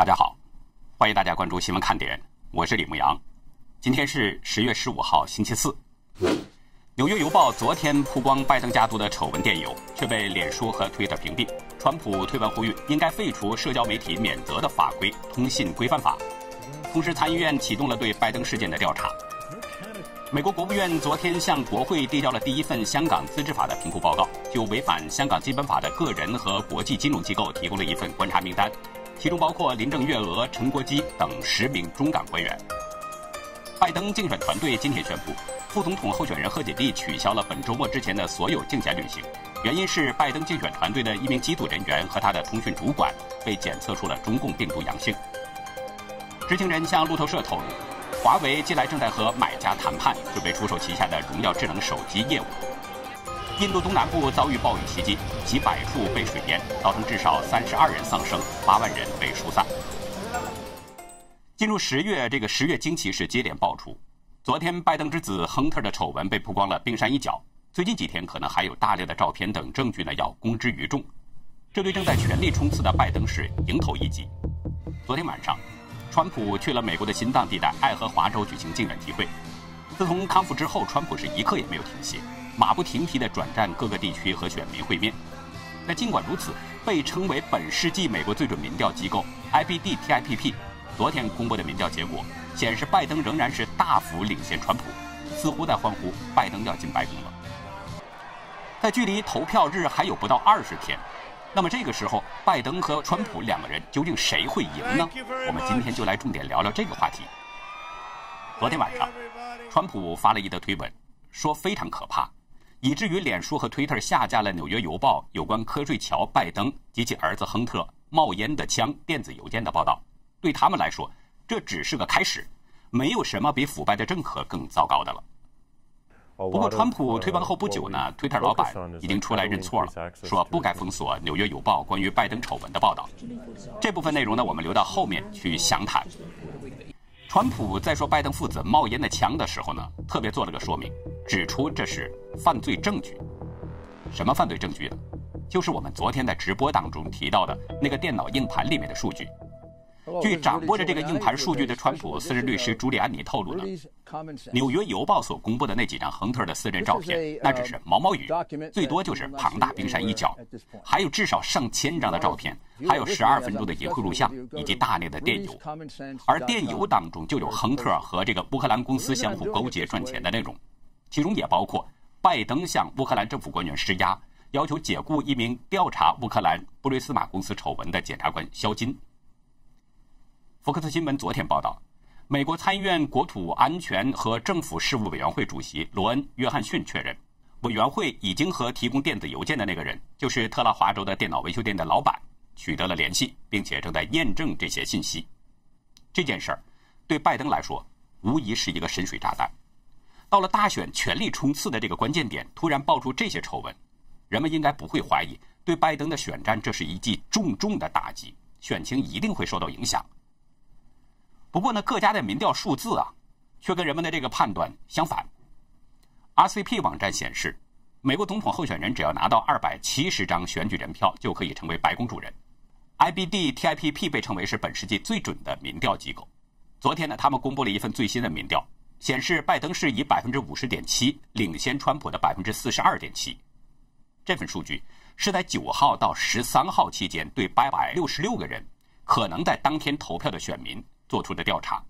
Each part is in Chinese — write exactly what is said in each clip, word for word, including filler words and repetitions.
大家好，欢迎大家关注新闻看点，我是李牧阳。今天是十月十五号，星期四。纽约邮报昨天曝光拜登家族的丑闻电邮，却被脸书和推特屏蔽。川普推文呼吁应该废除社交媒体免责的法规《通信规范法》。同时，参议院启动了对拜登事件的调查。美国国务院昨天向国会递交了第一份香港自治法的评估报告，就违反香港基本法的个人和国际金融机构提供了一份观察名单，其中包括林郑月娥、陈国基等十名中港官员。拜登竞选团队今天宣布，副总统候选人贺锦丽取消了本周末之前的所有竞选旅行，原因是拜登竞选团队的一名机组人员和他的通讯主管被检测出了中共病毒阳性。知情人向路透社透露，华为近来正在和买家谈判，准备出售旗下的荣耀智能手机业务。印度东南部遭遇暴雨袭击，几百处被水淹，造成至少三十二人丧生，八万人被疏散。进入十月，这个十月惊奇是接连爆出。昨天，拜登之子亨特的丑闻被曝光了冰山一角，最近几天可能还有大量的照片等证据呢要公之于众，这对正在全力冲刺的拜登是迎头一击。昨天晚上，川普去了美国的心脏地带爱荷华州举行竞选集会。自从康复之后，川普是一刻也没有停歇，马不停蹄地转战各个地区和选民会面。那尽管如此，被称为本世纪美国最准民调机构 I B D T I P P 昨天公布的民调结果显示，拜登仍然是大幅领先川普，似乎在欢呼拜登要进白宫了。在距离投票日还有不到二十天，那么这个时候，拜登和川普两个人究竟谁会赢呢？我们今天就来重点聊聊这个话题。昨天晚上，川普发了一则推文，说非常可怕，以至于脸书和推特下架了《纽约邮报》有关瞌睡乔拜登及其儿子亨特冒烟的枪电子邮件的报道。对他们来说，这只是个开始，没有什么比腐败的政客更糟糕的了。不过，川普推文后不久呢，推特老板已经出来认错了，说不该封锁《纽约邮报》关于拜登丑闻的报道。这部分内容呢，我们留到后面去详谈。川普在说拜登父子冒烟的枪的时候呢，特别做了个说明，指出这是犯罪证据。什么犯罪证据呢？就是我们昨天在直播当中提到的那个电脑硬盘里面的数据。据掌握着这个硬盘数据的川普私人律师朱利安尼透露了，纽约邮报所公布的那几张亨特的私人照片，那只是毛毛雨，最多就是庞大冰山一角，还有至少上千张的照片，还有十二分钟的淫秽录像，以及大量的电邮。而电邮当中就有亨特和这个乌克兰公司相互勾结赚钱的内容，其中也包括拜登向乌克兰政府官员施压，要求解雇一名调查乌克兰布雷斯马公司丑闻的检察官肖金。福克斯新闻昨天报道，美国参议院国土安全和政府事务委员会主席罗恩·约翰逊确认，委员会已经和提供电子邮件的那个人，就是特拉华州的电脑维修店的老板，取得了联系，并且正在验证这些信息。这件事儿对拜登来说，无疑是一个深水炸弹。到了大选全力冲刺的这个关键点，突然爆出这些丑闻，人们应该不会怀疑，对拜登的选战这是一记重重的打击，选情一定会受到影响。不过呢，各家的民调数字啊，却跟人们的这个判断相反。R C P 网站显示，美国总统候选人只要拿到二百七十张选举人票，就可以成为白宫主人。I B D T I P P 被称为是本世纪最准的民调机构。昨天呢，他们公布了一份最新的民调，显示拜登是以 百分之五十点七 领先川普的 百分之四十二点七。这份数据是在九号到十三号期间对八百六十六个人可能在当天投票的选民做出的调查。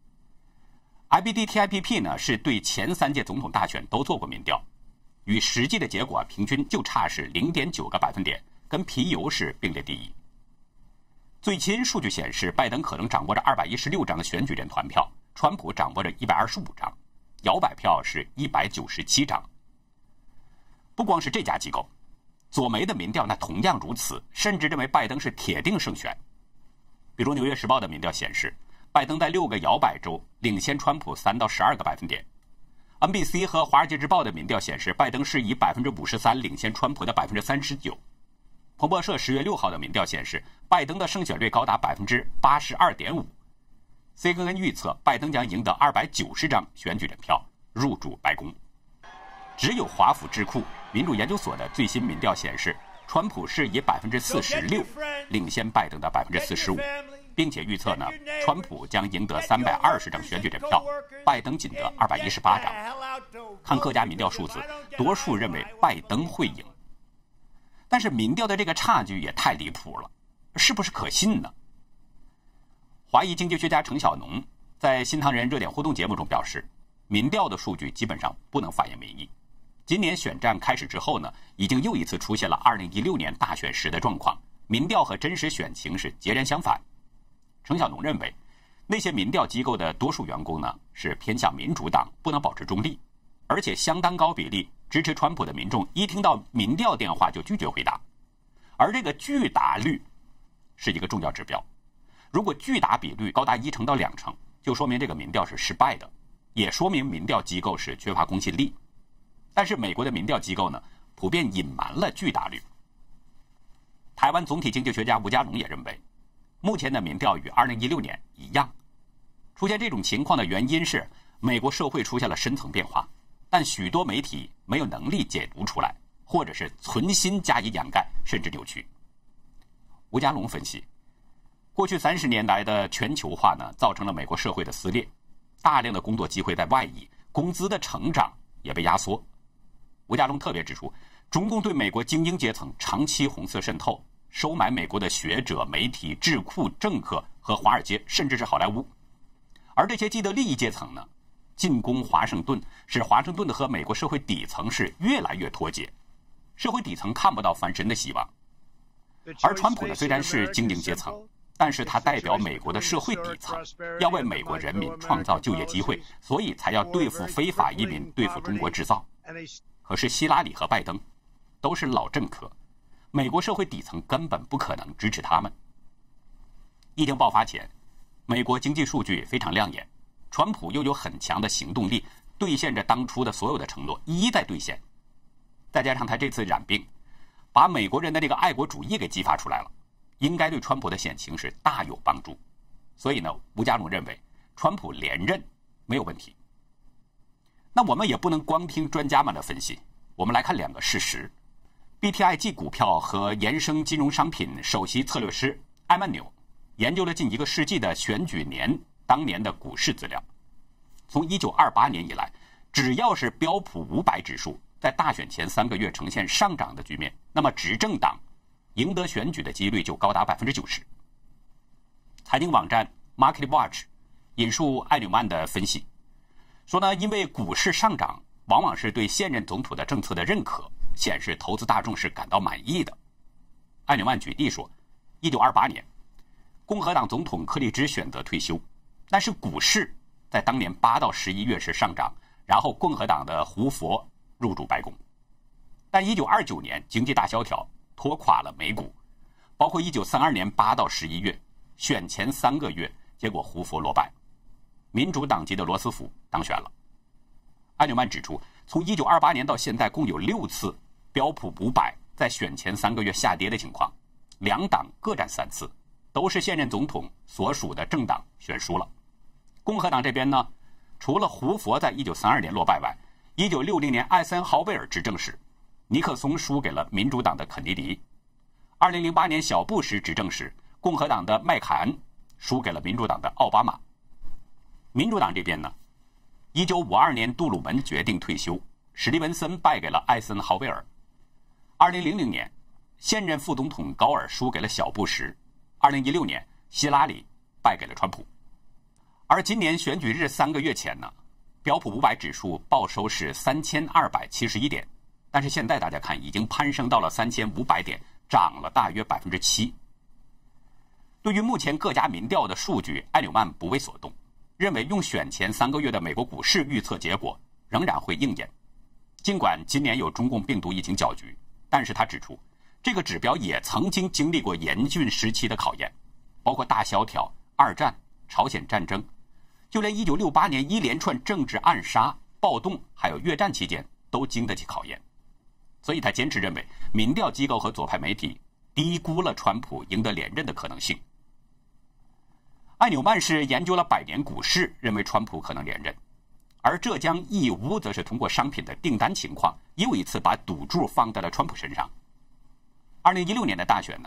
I B D T I P P 呢是对前三届总统大选都做过民调，与实际的结果平均就差是 零点九个百分点，跟皮尤是并列第一。最新数据显示，拜登可能掌握着二百一十六张选举人团票，川普掌握着一百二十五张，摇摆票是一百九十七张。不光是这家机构，左媒的民调那同样如此，甚至认为拜登是铁定胜选。比如《纽约时报》的民调显示，拜登在六个摇摆州领先川普三到十二个百分点。N B C 和《华尔街日报》的民调显示，拜登是以 百分之五十三 领先川普的 百分之三十九。彭博社十月六号的民调显示，拜登的胜选率高达 百分之八十二点五。C N N 预测拜登将赢得二百九十张选举人票，入主白宫。只有华府智库民主研究所的最新民调显示，川普是以 百分之四十六 领先拜登的 百分之四十五。 并且预测呢，川普将赢得三百二十张选举人票，拜登仅得二百一十八张。看各家民调数字，多数认为拜登会赢。但是民调的这个差距也太离谱了，是不是可信呢？华裔经济学家程小农在新唐人热点互动节目中表示，民调的数据基本上不能反映民意。今年选战开始之后呢，已经又一次出现了二零一六年大选时的状况，民调和真实选情是截然相反。程小农认为，那些民调机构的多数员工呢是偏向民主党，不能保持中立，而且相当高比例支持川普的民众一听到民调电话就拒绝回答，而这个拒答率是一个重要指标。如果拒答比率高达一成到两成，就说明这个民调是失败的，也说明民调机构是缺乏公信力。但是美国的民调机构呢，普遍隐瞒了拒答率。台湾总体经济学家吴家龙也认为，目前的民调与二零一六年一样。出现这种情况的原因是，美国社会出现了深层变化，但许多媒体没有能力解读出来，或者是存心加以掩盖，甚至扭曲。吴家龙分析，过去三十年来的全球化呢，造成了美国社会的撕裂，大量的工作机会在外移，工资的成长也被压缩。吴家龙特别指出，中共对美国精英阶层长期红色渗透，收买美国的学者、媒体、智库、政客和华尔街，甚至是好莱坞。而这些既得利益阶层呢，进攻华盛顿，使华盛顿的和美国社会底层是越来越脱节，社会底层看不到翻身的希望。而川普呢，虽然是精英阶层，但是他代表美国的社会底层，要为美国人民创造就业机会，所以才要对付非法移民，对付中国制造。可是希拉里和拜登都是老政客，美国社会底层根本不可能支持他们。疫情爆发前，美国经济数据非常亮眼，川普又有很强的行动力，兑现着当初的所有的承诺，一一在兑现。再加上他这次染病，把美国人的这个爱国主义给激发出来了，应该对川普的选情是大有帮助。所以呢，吴家龙认为川普连任没有问题。那我们也不能光听专家们的分析，我们来看两个事实。B T I G 股票和衍生金融商品首席策略师艾曼纽研究了近一个世纪的选举年当年的股市资料。从一九二八年以来，只要是标普五百指数在大选前三个月呈现上涨的局面，那么执政党赢得选举的几率就高达百分之九十。财经网站 MarketWatch 引述艾纽曼的分析，说呢，因为股市上涨往往是对现任总统的政策的认可，显示投资大众是感到满意的。艾纽曼举例说，一九二八年，共和党总统柯立芝选择退休，但是股市在当年八到十一月是上涨，然后共和党的胡佛入主白宫。但一九二九年经济大萧条拖垮了美股，包括一九三二年八到十一月选前三个月，结果胡佛落败，民主党籍的罗斯福当选了。艾纽曼指出，从一九二八年到现在，共有六次标普五百在选前三个月下跌的情况，两党各占三次，都是现任总统所属的政党选输了。共和党这边呢，除了胡佛在一九三二年落败外，一九六零年艾森豪威尔执政时，尼克松输给了民主党的肯尼迪；二零零八年小布什执政时，共和党的麦凯恩输给了民主党的奥巴马。民主党这边呢，一九五二年杜鲁门决定退休，史蒂文森败给了艾森豪威尔；二零零零年现任副总统高尔输给了小布什；二零一六年希拉里败给了川普。而今年选举日三个月前呢，标普五百指数报收是三千二百七十一点，但是现在大家看已经攀升到了三千五百点，涨了大约百分之七。对于目前各家民调的数据，艾纽曼不为所动，认为用选前三个月的美国股市预测结果仍然会应验。尽管今年有中共病毒疫情搅局，但是他指出，这个指标也曾经经历过严峻时期的考验，包括大萧条、二战、朝鲜战争，就连一九六八年一连串政治暗杀、暴动，还有越战期间都经得起考验。所以他坚持认为，民调机构和左派媒体低估了川普赢得连任的可能性。艾纽曼是研究了百年股市，认为川普可能连任，而浙江义乌则是通过商品的订单情况，又一次把赌注放在了川普身上。二零一六年的大选呢，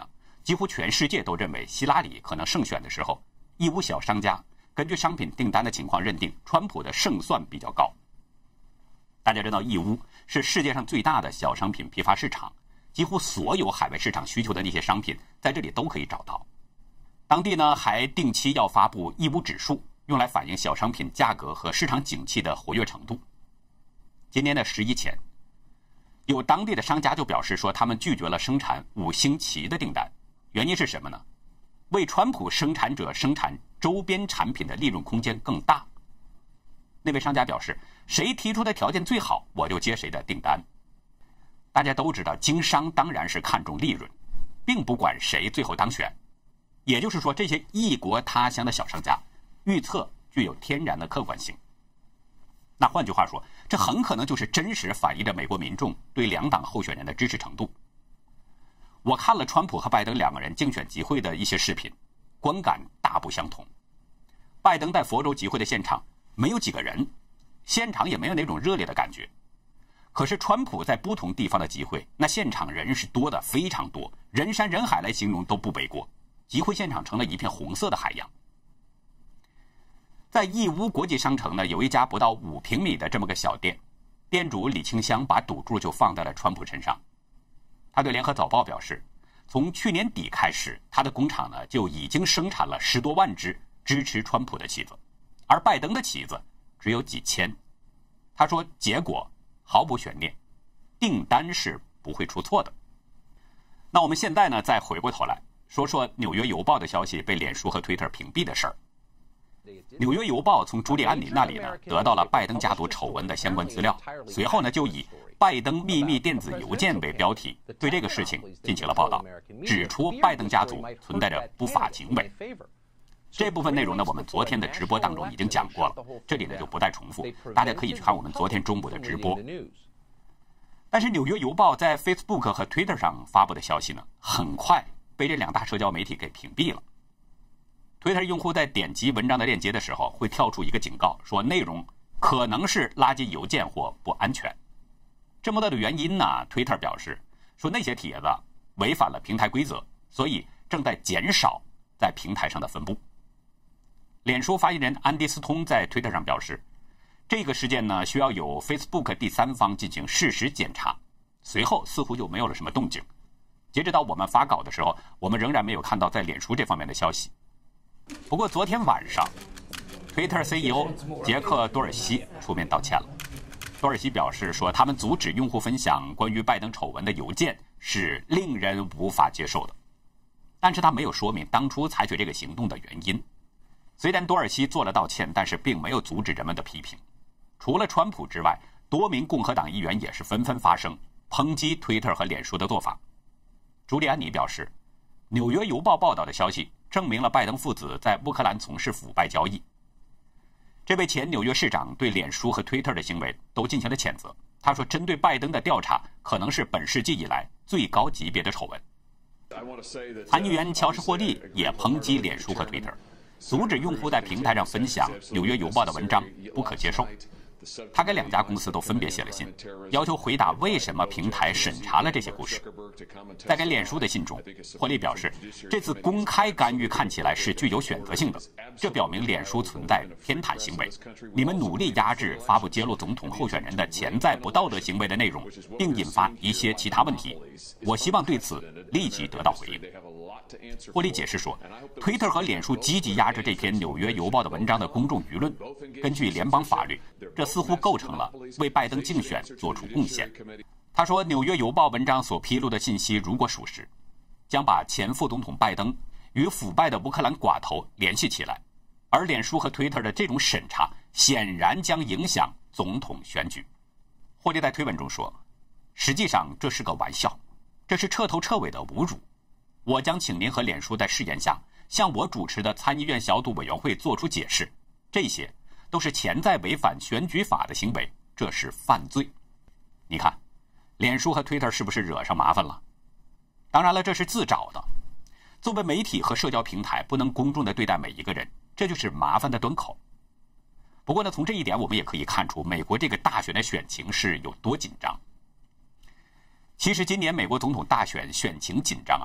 几乎全世界都认为希拉里可能胜选的时候，义乌小商家根据商品订单的情况认定川普的胜算比较高。大家知道义乌是世界上最大的小商品批发市场，几乎所有海外市场需求的那些商品在这里都可以找到。当地呢还定期要发布义乌指数，用来反映小商品价格和市场景气的活跃程度。今年的十一前，有当地的商家就表示说，他们拒绝了生产五星旗的订单，原因是什么呢？为川普生产者生产周边产品的利润空间更大。那位商家表示，谁提出的条件最好，我就接谁的订单。大家都知道，经商当然是看重利润，并不管谁最后当选。也就是说，这些异国他乡的小商家预测具有天然的客观性。那换句话说，这很可能就是真实反映着美国民众对两党候选人的支持程度。我看了川普和拜登两个人竞选集会的一些视频，观感大不相同。拜登在佛州集会的现场没有几个人，现场也没有那种热烈的感觉。可是川普在不同地方的集会，那现场人是多的非常多，人山人海来形容都不为过。集会现场成了一片红色的海洋。在义乌国际商城呢，有一家不到五平米的这么个小店，店主李清香把赌注就放在了川普身上。他对联合早报表示，从去年底开始，他的工厂呢就已经生产了十多万只支持川普的旗子，而拜登的旗子只有几千。他说，结果毫无悬念，订单是不会出错的。那我们现在呢，再回过头来说说《纽约邮报》的消息被脸书和 Twitter 屏蔽的事儿。《纽约邮报》从朱利安尼那里呢得到了拜登家族丑闻的相关资料，随后呢就以拜登秘密电子邮件为标题，对这个事情进行了报道，指出拜登家族存在着不法行为。这部分内容呢，我们昨天的直播当中已经讲过了，这里呢就不再重复，大家可以去看我们昨天中午的直播。但是《纽约邮报》在 Facebook 和 Twitter 上发布的消息呢，很快被这两大社交媒体给屏蔽了。Twitter 用户在点击文章的链接的时候，会跳出一个警告，说内容可能是垃圾邮件或不安全。这么多的原因呢 ，Twitter 表示说那些帖子违反了平台规则，所以正在减少在平台上的分布。脸书发言人安迪斯通在 Twitter 上表示，这个事件呢需要有 Facebook 第三方进行事实检查。随后似乎就没有了什么动静。截止到我们发稿的时候，我们仍然没有看到在脸书这方面的消息。不过昨天晚上 Twitter C E O 杰克多尔西出面道歉了。多尔西表示说，他们阻止用户分享关于拜登丑闻的邮件是令人无法接受的，但是他没有说明当初采取这个行动的原因。虽然多尔西做了道歉，但是并没有阻止人们的批评。除了川普之外，多名共和党议员也是纷纷发声，抨击 Twitter 和脸书的做法。朱利安尼表示，纽约邮报报道的消息证明了拜登父子在乌克兰从事腐败交易。这位前纽约市长对脸书和 Twitter 的行为都进行了谴责。他说，针对拜登的调查可能是本世纪以来最高级别的丑闻。参议员乔什·霍利也抨击脸书和 Twitter， 阻止用户在平台上分享纽约邮报的文章不可接受。他给两家公司都分别写了信，要求回答为什么平台审查了这些故事。在给脸书的信中，霍利表示，这次公开干预看起来是具有选择性的，这表明脸书存在偏袒行为，你们努力压制发布揭露总统候选人的潜在不道德行为的内容，并引发一些其他问题。我希望对此立即得到回应。霍利解释说，推特和脸书积极压制这篇《纽约邮报》的文章的公众舆论，根据联邦法律，这似乎构成了为拜登竞选做出贡献。他说，《纽约邮报》文章所披露的信息如果属实，将把前副总统拜登与腐败的乌克兰寡头联系起来，而脸书和推特的这种审查显然将影响总统选举。霍利在推文中说，实际上这是个玩笑，这是彻头彻尾的侮辱。我将请您和脸书在誓言下向我主持的参议院小组委员会做出解释，这些都是潜在违反选举法的行为，这是犯罪。你看，脸书和 Twitter 是不是惹上麻烦了？当然了，这是自找的。作为媒体和社交平台，不能公正地对待每一个人，这就是麻烦的端口。不过呢，从这一点我们也可以看出，美国这个大选的选情是有多紧张。其实今年美国总统大选选情紧张啊，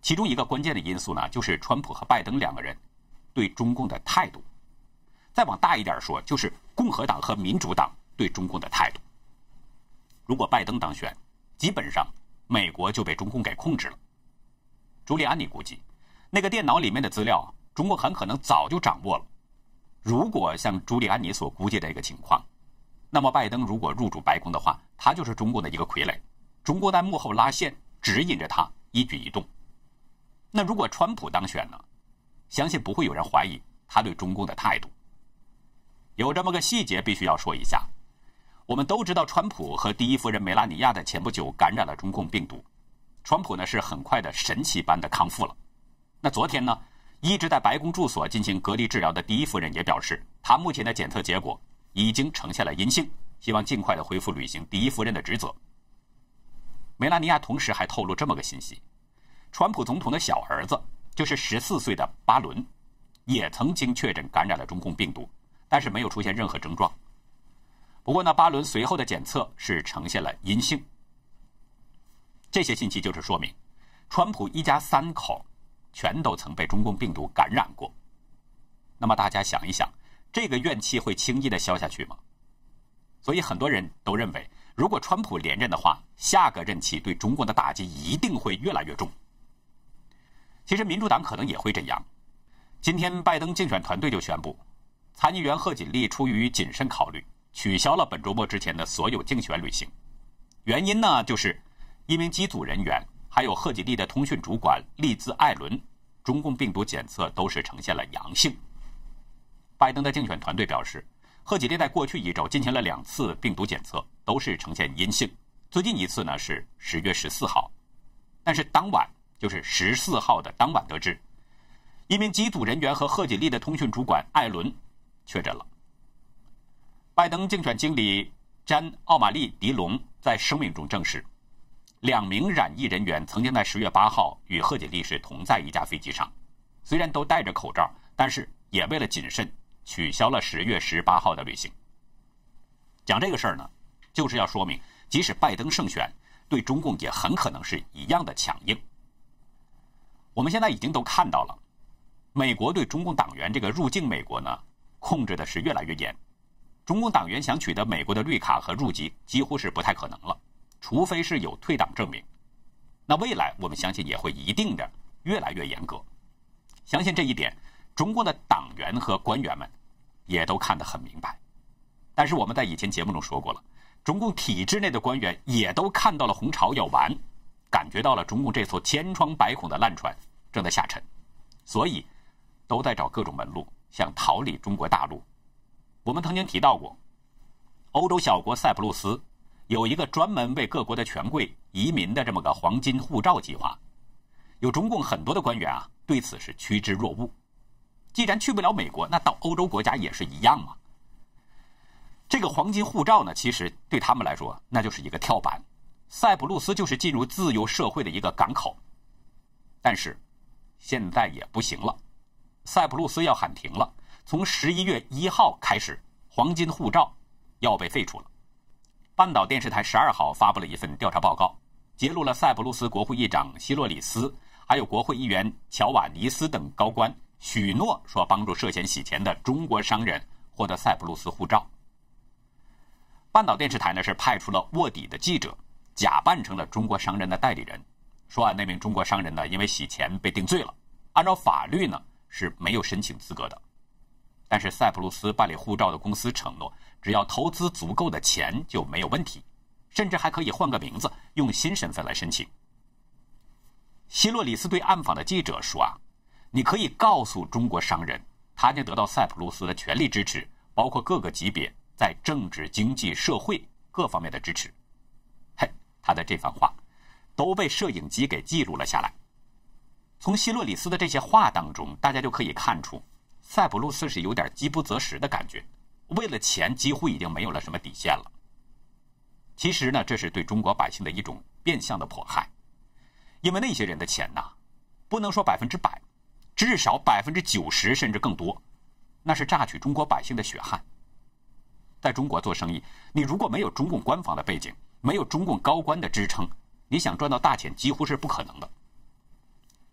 其中一个关键的因素呢，就是川普和拜登两个人对中共的态度。再往大一点说，就是共和党和民主党对中共的态度。如果拜登当选，基本上美国就被中共给控制了。朱利安尼估计，那个电脑里面的资料，中共很可能早就掌握了。如果像朱利安尼所估计的一个情况，那么拜登如果入主白宫的话，他就是中共的一个傀儡，中共在幕后拉线，指引着他一举一动。那如果川普当选呢，相信不会有人怀疑他对中共的态度。有这么个细节必须要说一下，我们都知道川普和第一夫人梅拉尼亚的前不久感染了中共病毒，川普呢是很快的神奇般的康复了。那昨天呢，一直在白宫住所进行隔离治疗的第一夫人也表示，她目前的检测结果已经呈现了阴性，希望尽快的恢复履行第一夫人的职责。梅拉尼亚同时还透露这么个信息，川普总统的小儿子，就是十四岁的巴伦，也曾经确诊感染了中共病毒，但是没有出现任何症状。不过呢，巴伦随后的检测是呈现了阴性。这些信息就是说明，川普一家三口全都曾被中共病毒感染过。那么大家想一想，这个怨气会轻易的消下去吗？所以很多人都认为，如果川普连任的话，下个任期对中共的打击一定会越来越重。其实民主党可能也会这样。今天拜登竞选团队就宣布，参议员贺锦丽出于谨慎考虑，取消了本周末之前的所有竞选旅行。原因呢，就是一名机组人员还有贺锦丽的通讯主管利兹·艾伦，中共病毒检测都是呈现了阳性。拜登的竞选团队表示，贺锦丽在过去一周进行了两次病毒检测，都是呈现阴性。最近一次呢是十月十四号，但是当晚，就是十四号的当晚得知，一名机组人员和贺锦丽的通讯主管艾伦确诊了。拜登竞选经理詹·奥马利·迪龙在声明中证实，两名染疫人员曾经在十月八号与贺锦丽是同在一架飞机上，虽然都戴着口罩，但是也为了谨慎，取消了十月十八号的旅行。讲这个事儿呢，就是要说明，即使拜登胜选，对中共也很可能是一样的强硬。我们现在已经都看到了，美国对中共党员这个入境美国呢，控制的是越来越严。中共党员想取得美国的绿卡和入籍，几乎是不太可能了，除非是有退党证明。那未来我们相信也会一定的越来越严格。相信这一点，中共的党员和官员们也都看得很明白。但是我们在以前节目中说过了，中共体制内的官员也都看到了红潮要完，感觉到了中共这艘千疮百孔的烂船正在下沉，所以都在找各种门路，想逃离中国大陆。我们曾经提到过，欧洲小国塞浦路斯有一个专门为各国的权贵移民的这么个黄金护照计划，有中共很多的官员啊，对此是趋之若鹜。既然去不了美国，那到欧洲国家也是一样嘛。这个黄金护照呢，其实对他们来说那就是一个跳板，塞浦路斯就是进入自由社会的一个港口。但是现在也不行了，塞浦路斯要喊停了，从十一月一号开始，黄金护照要被废除了。半岛电视台十二号发布了一份调查报告，揭露了塞浦路斯国会议长希洛里斯还有国会议员乔瓦尼斯等高官许诺说帮助涉嫌洗钱的中国商人获得塞浦路斯护照。半岛电视台呢是派出了卧底的记者，假扮成了中国商人的代理人，说啊那名中国商人呢因为洗钱被定罪了，按照法律呢是没有申请资格的。但是塞浦路斯办理护照的公司承诺，只要投资足够的钱就没有问题，甚至还可以换个名字，用新身份来申请。希洛里斯对暗访的记者说啊，你可以告诉中国商人，他将得到塞浦路斯的全力支持，包括各个级别在政治、经济、社会各方面的支持。嘿，他的这番话都被摄影机给记录了下来。从希洛里斯的这些话当中，大家就可以看出塞浦路斯是有点饥不择食的感觉，为了钱几乎已经没有了什么底线了。其实呢，这是对中国百姓的一种变相的迫害，因为那些人的钱呐，不能说百分之百，至少百分之九十甚至更多，那是榨取中国百姓的血汗。在中国做生意，你如果没有中共官方的背景，没有中共高官的支撑，你想赚到大钱几乎是不可能的。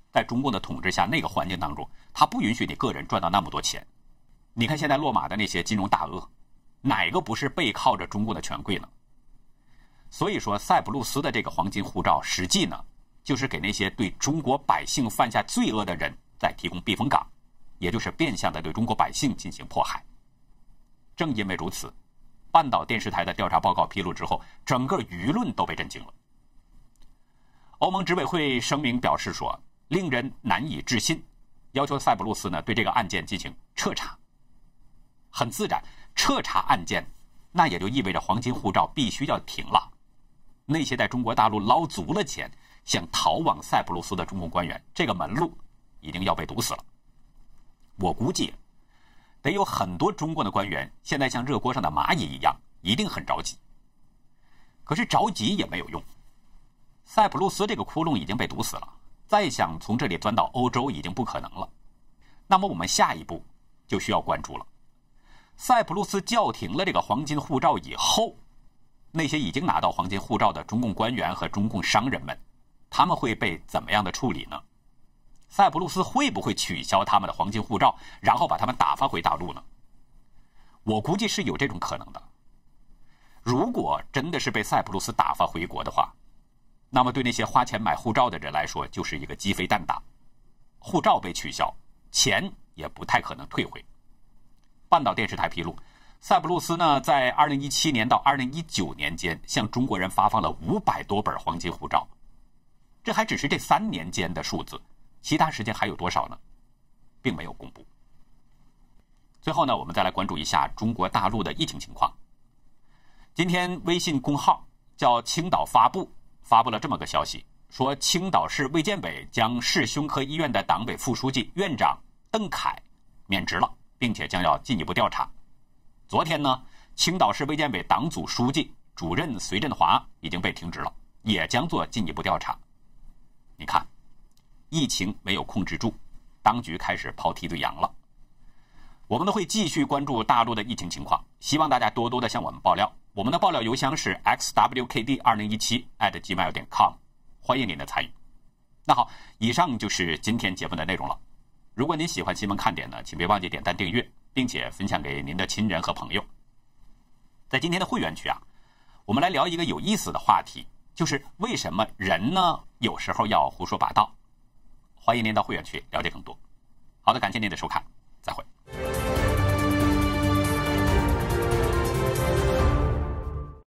在中共的统治下，那个环境当中，他不允许你个人赚到那么多钱。你看现在落马的那些金融大鳄，哪个不是背靠着中共的权贵呢？所以说，塞浦路斯的这个黄金护照，实际呢，就是给那些对中国百姓犯下罪恶的人在提供避风港，也就是变相的对中国百姓进行迫害。正因为如此，半岛电视台的调查报告披露之后，整个舆论都被震惊了。欧盟执委会声明表示说，令人难以置信，要求塞浦路斯呢对这个案件进行彻查。很自然，彻查案件，那也就意味着黄金护照必须要停了。那些在中国大陆捞足了钱，想逃往塞浦路斯的中共官员，这个门路一定要被堵死了。我估计得有很多中国的官员现在像热锅上的蚂蚁一样，一定很着急。可是着急也没有用，塞浦路斯这个窟窿已经被堵死了，再想从这里钻到欧洲已经不可能了。那么我们下一步就需要关注了。塞浦路斯叫停了这个黄金护照以后，那些已经拿到黄金护照的中共官员和中共商人们，他们会被怎么样的处理呢？塞浦路斯会不会取消他们的黄金护照，然后把他们打发回大陆呢？我估计是有这种可能的。如果真的是被塞浦路斯打发回国的话，那么对那些花钱买护照的人来说，就是一个鸡飞蛋打。护照被取消，钱也不太可能退回。半岛电视台披露，塞浦路斯呢，在二零一七年到二零一九年间，向中国人发放了五百多本黄金护照。这还只是这三年间的数字，其他时间还有多少呢？并没有公布。最后呢，我们再来关注一下中国大陆的疫情情况。今天微信公号叫青岛发布发布了这么个消息，说青岛市卫健委将市胸科医院的党委副书记、院长邓凯免职了，并且将要进一步调查。昨天呢，青岛市卫健委党组书记、主任隋振华已经被停职了，也将做进一步调查。你看，疫情没有控制住，当局开始抛梯队羊了。我们呢会继续关注大陆的疫情情况，希望大家多多的向我们爆料。我们的爆料邮箱是 x w k d二零一七 at gmail 点 com， 欢迎您的参与。那好，以上就是今天节目的内容了。如果您喜欢新闻看点呢，请别忘记点赞订阅，并且分享给您的亲人和朋友。在今天的会员区啊，我们来聊一个有意思的话题，就是为什么人呢有时候要胡说八道。欢迎您到会员区了解更多。好的，感谢您的收看，再会。